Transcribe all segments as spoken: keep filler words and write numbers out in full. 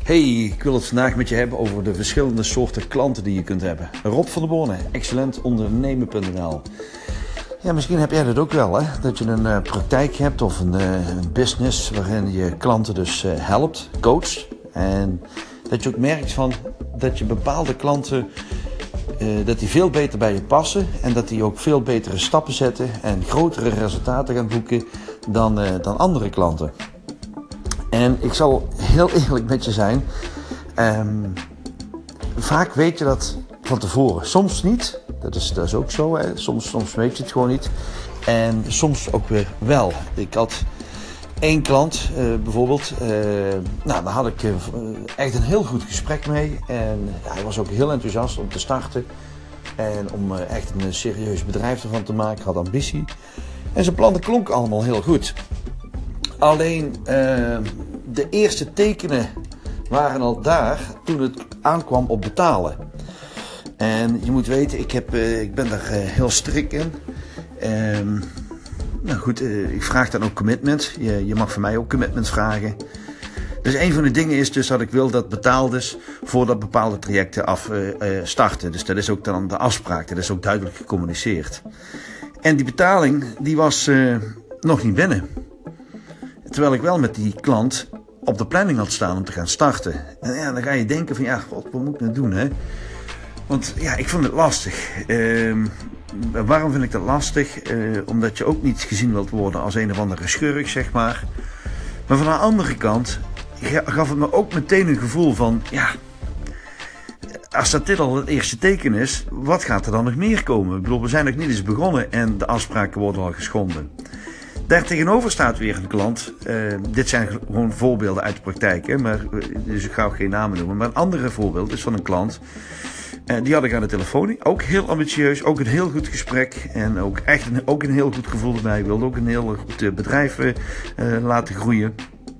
Hey, ik wil het vandaag met je hebben over de verschillende soorten klanten die je kunt hebben. Rob van der Borne, excellent ondernemen punt n l. Ja, misschien heb jij dat ook wel, hè? Dat je een uh, praktijk hebt of een, uh, een business waarin je klanten dus uh, helpt, coacht. En dat je ook merkt van dat je bepaalde klanten, uh, dat die veel beter bij je passen. En dat die ook veel betere stappen zetten en grotere resultaten gaan boeken dan, uh, dan andere klanten. En ik zal heel eerlijk met je zijn. Um, vaak weet je dat van tevoren. Soms niet. Dat is, dat is ook zo. Hè. Soms, soms weet je het gewoon niet. En soms ook weer wel. Ik had één klant uh, bijvoorbeeld. Uh, nou, daar had ik uh, echt een heel goed gesprek mee. En ja, hij was ook heel enthousiast om te starten. En om uh, echt een serieus bedrijf ervan te maken. Had ambitie. En zijn plannen klonken allemaal heel goed. Alleen uh, de eerste tekenen waren al daar toen het aankwam op betalen. En je moet weten, ik, heb, uh, ik ben daar uh, heel strikt in. Um, nou goed, uh, ik vraag dan ook commitment. Je, je mag van mij ook commitment vragen. Dus een van de dingen is dus dat ik wil dat betaald is voordat bepaalde trajecten af uh, uh, starten. Dus dat is ook dan de afspraak, dat is ook duidelijk gecommuniceerd. En die betaling die was uh, nog niet binnen. Terwijl ik wel met die klant op de planning had staan om te gaan starten. En ja, dan ga je denken van ja, god, wat moet ik nou doen, hè? Want ja, ik vond het lastig. Uh, waarom vind ik dat lastig? Uh, omdat je ook niet gezien wilt worden als een of andere schurk, zeg maar. Maar van de andere kant gaf het me ook meteen een gevoel van ja, als dat dit al het eerste teken is, wat gaat er dan nog meer komen? Ik bedoel, we zijn nog niet eens begonnen en de afspraken worden al geschonden. Daartegenover staat weer een klant. Uh, dit zijn gewoon voorbeelden uit de praktijk, hè, maar, dus ik ga ook geen namen noemen. Maar een andere voorbeeld is van een klant. Uh, die had ik aan de telefoon. Ook heel ambitieus, ook een heel goed gesprek. En ook echt een, ook een heel goed gevoel erbij. Ik wilde ook een heel goed uh, bedrijf uh, laten groeien.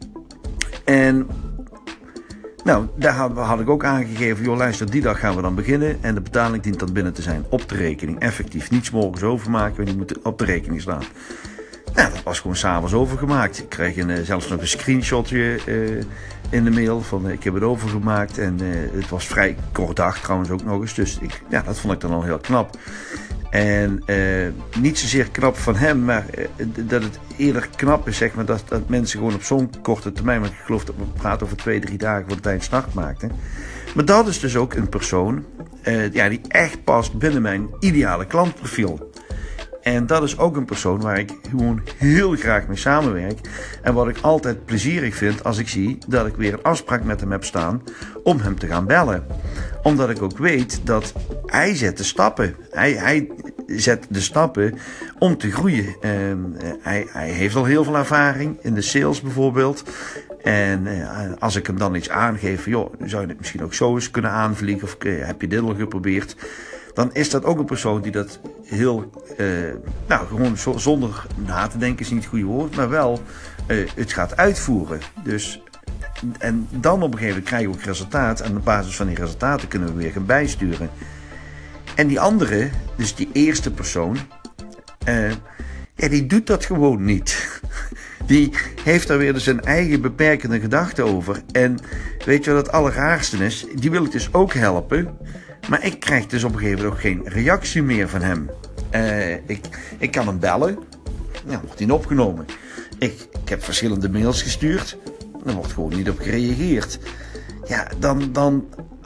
En nou, daar had ik ook aangegeven, joh, luister, die dag gaan we dan beginnen. En de betaling dient dan binnen te zijn op de rekening. Effectief, niets morgens overmaken, maar die moeten op de rekening staan. Nou, dat was gewoon s'avonds overgemaakt. Ik kreeg een, zelfs nog een screenshotje uh, in de mail van uh, ik heb het overgemaakt. En uh, het was vrij kort dag trouwens ook nog eens. Dus ik, ja, dat vond ik dan al heel knap. En uh, niet zozeer knap van hem, maar uh, dat het eerder knap is, zeg maar, dat, dat mensen gewoon op zo'n korte termijn, want ik geloof dat we praten over twee, drie dagen voor de tijd start maakten. Maar dat is dus ook een persoon uh, ja, die echt past binnen mijn ideale klantprofiel. En dat is ook een persoon waar ik gewoon heel graag mee samenwerk. En wat ik altijd plezierig vind als ik zie dat ik weer een afspraak met hem heb staan om hem te gaan bellen. Omdat ik ook weet dat hij zet de stappen. Hij, hij zet de stappen om te groeien. Uh, hij, hij heeft al heel veel ervaring in de sales bijvoorbeeld. En uh, als ik hem dan iets aangeef, joh, zou je het misschien ook zo eens kunnen aanvliegen of uh, heb je dit al geprobeerd? Dan is dat ook een persoon die dat heel, uh, nou gewoon zo, zonder na te denken is niet het goede woord, maar wel uh, het gaat uitvoeren. Dus, en dan op een gegeven moment krijgen we ook resultaat en op basis van die resultaten kunnen we weer gaan bijsturen. En die andere, dus die eerste persoon, uh, ja, die doet dat gewoon niet. Die heeft daar weer dus zijn eigen beperkende gedachten over. En weet je wat het allerraarste is? Die wil ik dus ook helpen. Maar ik krijg dus op een gegeven moment ook geen reactie meer van hem. Uh, ik, ik kan hem bellen. Dan wordt hij opgenomen. Ik, ik heb verschillende mails gestuurd. Dan wordt gewoon niet op gereageerd. Ja, dan, dan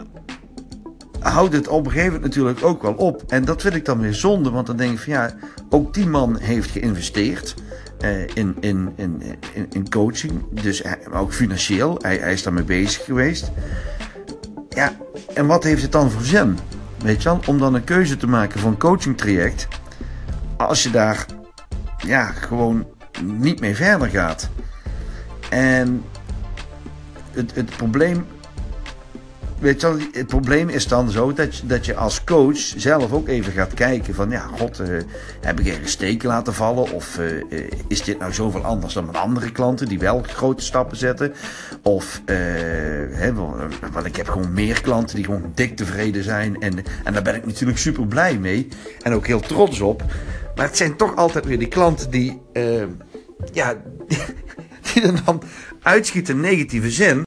houdt het op een gegeven moment natuurlijk ook wel op. En dat vind ik dan weer zonde. Want dan denk ik van ja, ook die man heeft geïnvesteerd. Uh, in, in, in, in, in coaching. Dus hij, ook financieel. Hij, hij is daarmee bezig geweest. Ja, en wat heeft het dan voor zin? Weet je wel, om dan een keuze te maken voor een coachingtraject, als je daar ja, gewoon niet mee verder gaat. En het, het probleem, weet je wel, het probleem is dan zo dat je, dat je als coach zelf ook even gaat kijken van, ja, god, uh, heb ik ergens steken laten vallen? Of uh, uh, is dit nou zoveel anders dan mijn andere klanten die wel grote stappen zetten? Of, uh, hè, want ik heb gewoon meer klanten die gewoon dik tevreden zijn. En, en daar ben ik natuurlijk super blij mee. En ook heel trots op. Maar het zijn toch altijd weer die klanten die, uh, ja, die, die er dan uitschieten in negatieve zin.